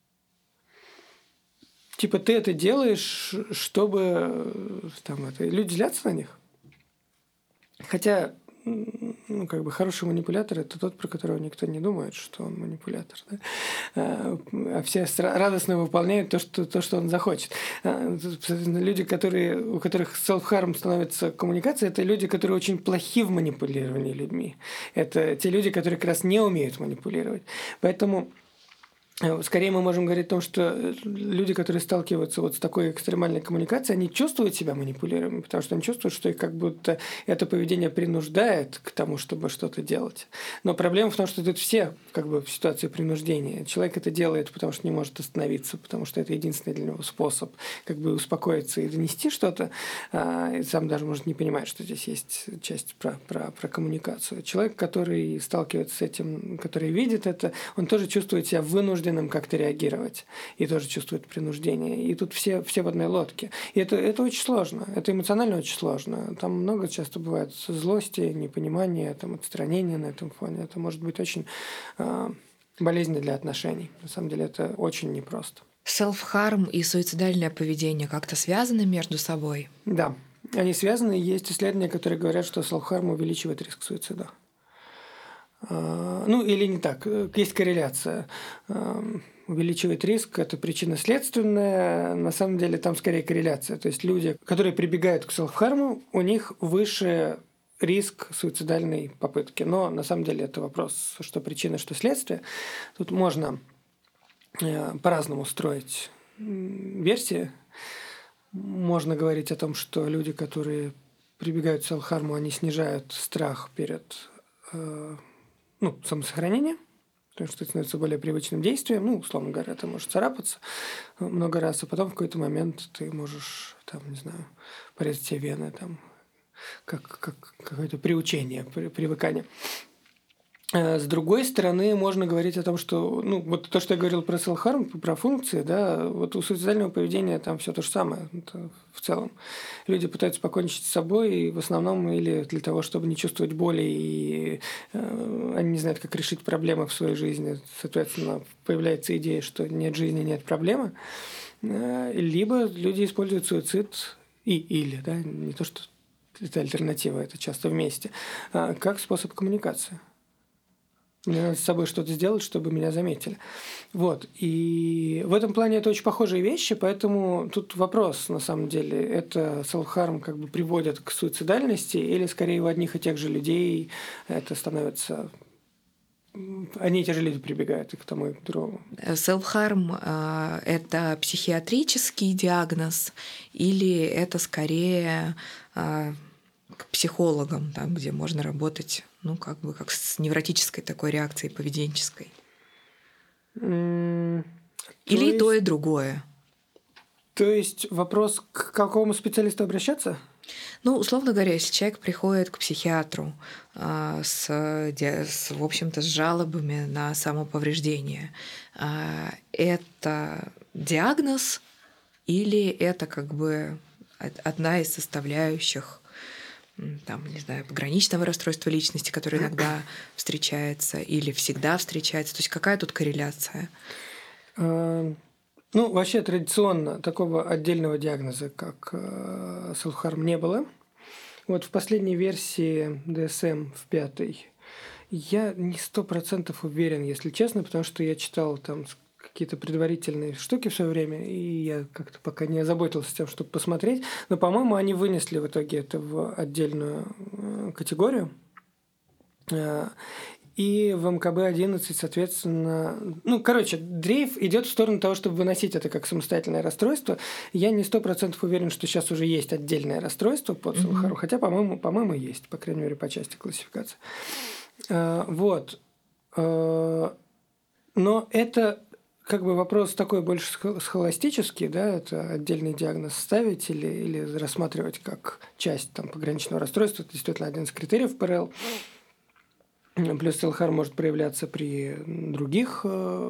Типа ты это делаешь, чтобы люди злятся на них. Хотя, хороший манипулятор – это тот, про которого никто не думает, что он манипулятор. Да? А все радостно выполняют то, что он захочет. Люди, у которых self-harm становится коммуникацией, это люди, которые очень плохи в манипулировании людьми. Это те люди, которые как раз не умеют манипулировать. Поэтому скорее мы можем говорить о том, что люди, которые сталкиваются вот с такой экстремальной коммуникацией, они чувствуют себя манипулируемыми, потому что они чувствуют, что их как будто это поведение принуждает к тому, чтобы что-то делать. Но проблема в том, что тут все в ситуации принуждения. Человек это делает, потому что не может остановиться, потому что это единственный для него способ успокоиться и донести что-то. И сам даже может не понимать, что здесь есть часть про коммуникацию. Человек, который сталкивается с этим, который видит это, он тоже чувствует себя вынужденным как-то реагировать и тоже чувствует принуждение. И тут все в одной лодке. И это очень сложно. Это эмоционально очень сложно. Там много часто бывает злости, непонимания, отстранения на этом фоне. Это может быть очень болезненно для отношений. На самом деле это очень непросто. Self-harm и суицидальное поведение как-то связаны между собой? Да, они связаны. Есть исследования, которые говорят, что self-harm увеличивает риск суицида. Или не так. Есть корреляция. Увеличивает риск – это причинно-следственная. На самом деле там скорее корреляция. То есть люди, которые прибегают к селф-харму, у них выше риск суицидальной попытки. Но на самом деле это вопрос, что причина, что следствие. Тут можно по-разному строить версии. Можно говорить о том, что люди, которые прибегают к селф-харму, они снижают страх перед самосохранение, потому что это становится более привычным действием. Ну, условно говоря, ты можешь царапаться много раз, а потом в какой-то момент ты можешь, там, не знаю, порезать себе вены, там, как какое-то приучение, привыкание. С другой стороны, можно говорить о том, что, ну, вот то, что я говорил про self-harm, про функции, да, вот у суицидального поведения там все то же самое в целом. Люди пытаются покончить с собой в основном или для того, чтобы не чувствовать боли, и они не знают, как решить проблемы в своей жизни. Соответственно, появляется идея, что нет жизни, нет проблемы. Либо люди используют суицид или, да, не то, что это альтернатива, это часто вместе, как способ коммуникации. Мне надо с собой что-то сделать, чтобы меня заметили. Вот. И в этом плане это очень похожие вещи, поэтому тут вопрос, на самом деле, это self-harm как бы приводит к суицидальности, или скорее у одних и тех же людей это становится... Одни и те же люди прибегают и к тому, и к другому. Self-harm – это психиатрический диагноз или это скорее к психологам, там, где можно работать, ну, как бы как с невротической такой реакцией поведенческой? Или и то, и другое? То есть вопрос, к какому специалисту обращаться? Ну, условно говоря, если человек приходит к психиатру в общем-то, с жалобами на самоповреждение, это диагноз или это как бы одна из составляющих, там, не знаю, пограничного расстройства личности, которое иногда встречается или всегда встречается? То есть какая тут корреляция? Ну, вообще традиционно такого отдельного диагноза, как self-harm, не было. Вот в последней версии DSM, в 5-й, я не 100% уверен, если честно, потому что я читал там какие-то предварительные штуки в свое время, и я как-то пока не озаботился тем, чтобы посмотреть. Но, по-моему, они вынесли в итоге это в отдельную категорию. И в МКБ-11, соответственно... Ну, короче, дрейф идет в сторону того, чтобы выносить это как самостоятельное расстройство. Я не 100% уверен, что сейчас уже есть отдельное расстройство под self-harm, хотя, по-моему, есть, по крайней мере, по части классификации. Вот. Но это как бы вопрос такой больше схоластический, да, это отдельный диагноз ставить или рассматривать как часть там, пограничного расстройства. Это действительно один из критериев ПРЛ. Плюс self-harm может проявляться при других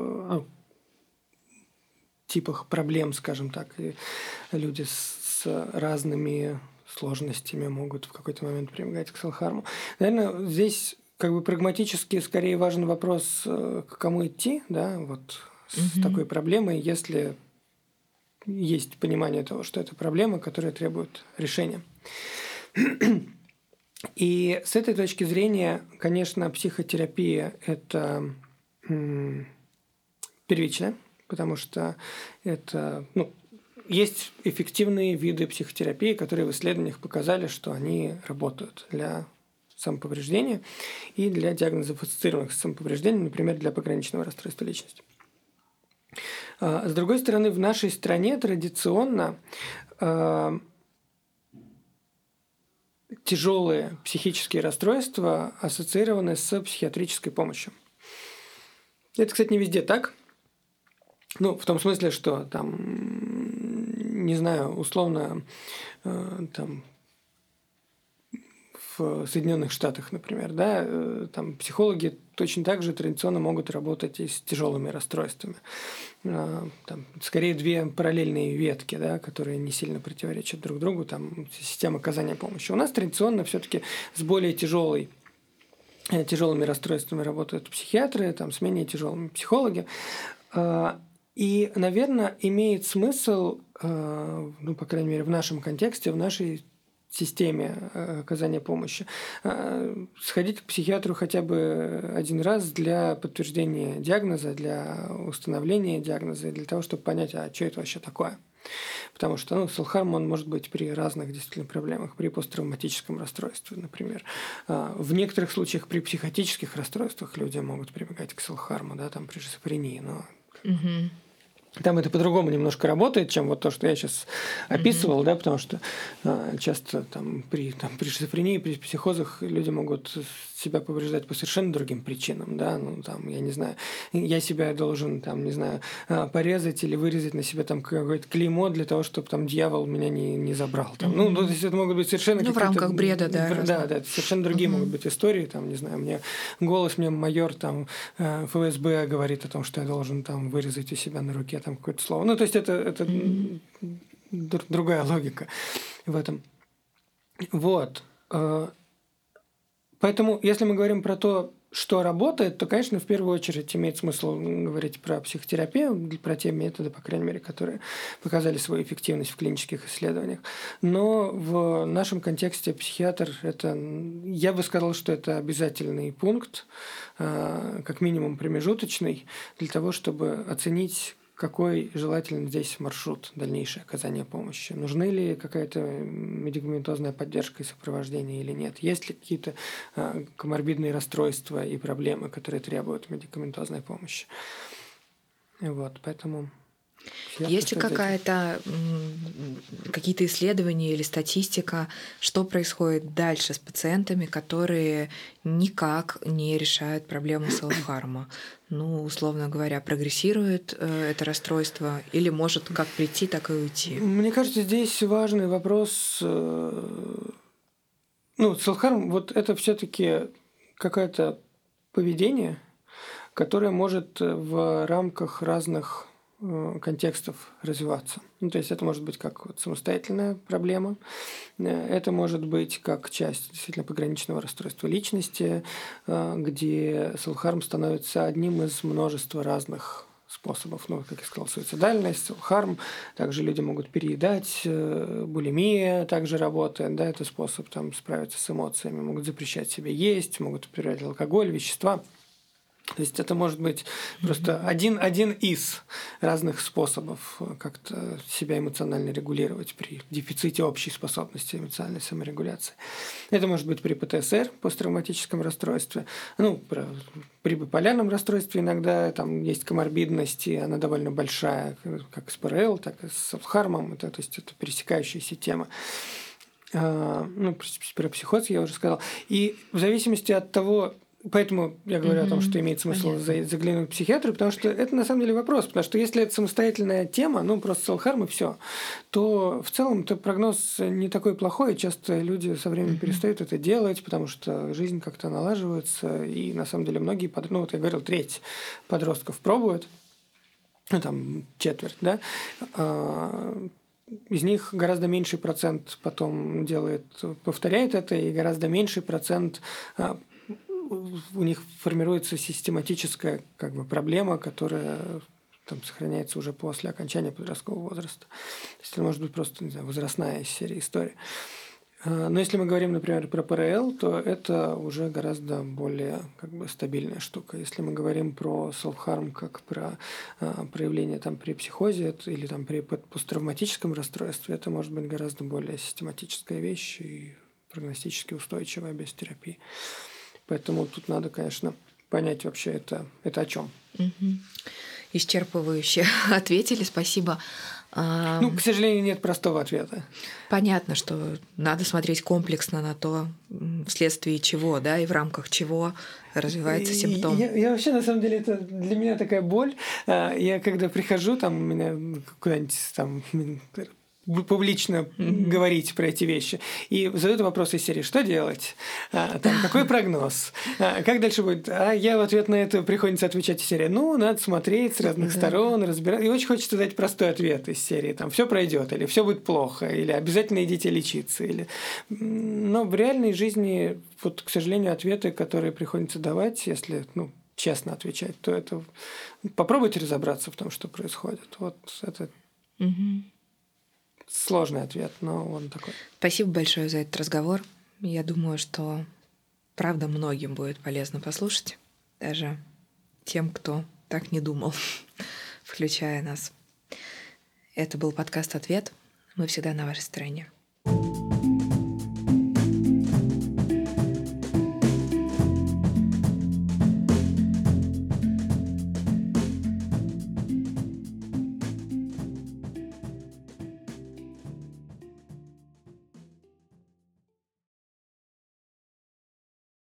типах проблем, скажем так. И люди с разными сложностями могут в какой-то момент прибегать к self-harm. Наверное, здесь как бы прагматически скорее важен вопрос, к кому идти, да, вот с такой проблемой, если есть понимание того, что это проблема, которая требует решения. И с этой точки зрения, конечно, психотерапия – это первичная, потому что это, есть эффективные виды психотерапии, которые в исследованиях показали, что они работают для самоповреждения и для диагнозов, ассоциированных с самоповреждением, например, для пограничного расстройства личности. С другой стороны, в нашей стране традиционно тяжелые психические расстройства ассоциированы с психиатрической помощью. Это, кстати, не везде так. Ну, в том смысле, что там, не знаю, условно, там в Соединенных Штатах, например, да, там психологи точно так же традиционно могут работать и с тяжелыми расстройствами. Там, скорее, две параллельные ветки, да, которые не сильно противоречат друг другу, там система оказания помощи. У нас традиционно все-таки с более тяжелыми расстройствами работают психиатры, там, с менее тяжелыми психологи. И, наверное, имеет смысл, ну, по крайней мере, в нашем контексте, в нашей системе оказания помощи, сходить к психиатру хотя бы один раз для подтверждения диагноза, для установления диагноза, и для того, чтобы понять, а что это вообще такое. Потому что self-harm, он может быть при разных действительно проблемах, при посттравматическом расстройстве, например. В некоторых случаях при психотических расстройствах люди могут прибегать к self-harm, да, там при шизофрении, но... Там это по-другому немножко работает, чем вот то, что я сейчас описывал, да, потому что часто при шизофрении, при психозах люди могут себя повреждать по совершенно другим причинам, да, ну, там, я не знаю, я себя должен, там, не знаю, порезать или вырезать на себе там какое-то клеймо для того, чтобы там дьявол меня не забрал, там, ну, то есть это могут быть совершенно в рамках бреда, да. Да, совершенно другие могут быть истории, там, не знаю, мне майор там ФСБ говорит о том, что я должен там вырезать у себя на руке там какое-то слово, ну, то есть это другая логика в этом. Вот. Поэтому, если мы говорим про то, что работает, то, конечно, в первую очередь имеет смысл говорить про психотерапию, про те методы, по крайней мере, которые показали свою эффективность в клинических исследованиях. Но в нашем контексте психиатр – это, я бы сказал, что это обязательный пункт, как минимум промежуточный, для того, чтобы оценить, какой желателен здесь маршрут дальнейшее оказания помощи? Нужны ли какая-то медикаментозная поддержка и сопровождение или нет? Есть ли какие-то коморбидные расстройства и проблемы, которые требуют медикаментозной помощи? Вот, поэтому... Есть ли какие-то исследования или статистика, что происходит дальше с пациентами, которые никак не решают проблему селф-харма? Ну, условно говоря, прогрессирует это расстройство или может как прийти, так и уйти? Мне кажется, здесь важный вопрос. Селф-харм, вот это все-таки какое-то поведение, которое может в рамках разных контекстов развиваться. Ну, то есть это может быть как самостоятельная проблема, это может быть как часть действительно пограничного расстройства личности, где селф-харм становится одним из множества разных способов. Ну, как я сказал, суицидальность, селф-харм. Также люди могут переедать, булимия также работает. Да, это способ там, справиться с эмоциями. Могут запрещать себе есть, могут употреблять алкоголь, вещества. То есть это может быть просто один из разных способов как-то себя эмоционально регулировать при дефиците общей способности эмоциональной саморегуляции. Это может быть при ПТСР, посттравматическом расстройстве. При биполярном расстройстве иногда там есть коморбидность, и она довольно большая, как с ПРЛ, так и с селф-хармом. То есть это пересекающаяся тема. Про психоз я уже сказал. И в зависимости от того, поэтому я говорю о том, что имеет смысл заглянуть к психиатру, потому что это на самом деле вопрос. Потому что если это самостоятельная тема, просто селф-харм и все, то в целом-то прогноз не такой плохой. И часто люди со временем перестают это делать, потому что жизнь как-то налаживается. И на самом деле многие, я говорил, треть подростков пробуют, четверть, да, из них гораздо меньший процент потом повторяет это, и гораздо меньший процент у них формируется систематическая проблема, которая сохраняется уже после окончания подросткового возраста. То есть это может быть просто, возрастная из серии истории. Но если мы говорим, например, про ПРЛ, то это уже гораздо более стабильная штука. Если мы говорим про селф-харм как про проявление при психозе или при посттравматическом расстройстве, это может быть гораздо более систематическая вещь и прогностически устойчивая без терапии. Поэтому тут надо, конечно, понять вообще это о чем. Исчерпывающе ответили, спасибо. К сожалению, нет простого ответа. Понятно, что надо смотреть комплексно на то, вследствие чего, да, и в рамках чего развивается симптом. Я вообще, на самом деле, это для меня такая боль. Я когда прихожу, меня куда-нибудь публично говорить про эти вещи. И задают вопросы из серии: что делать? Какой прогноз? Как дальше будет? А я в ответ на это приходится отвечать из серии: надо смотреть с разных сторон, разбирать. И очень хочется дать простой ответ из серии: все пройдет, или все будет плохо, или обязательно идите лечиться. Но в реальной жизни, к сожалению, ответы, которые приходится давать, если честно отвечать, то это попробуйте разобраться в том, что происходит. Это сложный ответ, но он такой. Спасибо большое за этот разговор. Я думаю, что правда многим будет полезно послушать, даже тем, кто так не думал, включая нас. Это был подкаст «Ответ». Мы всегда на вашей стороне.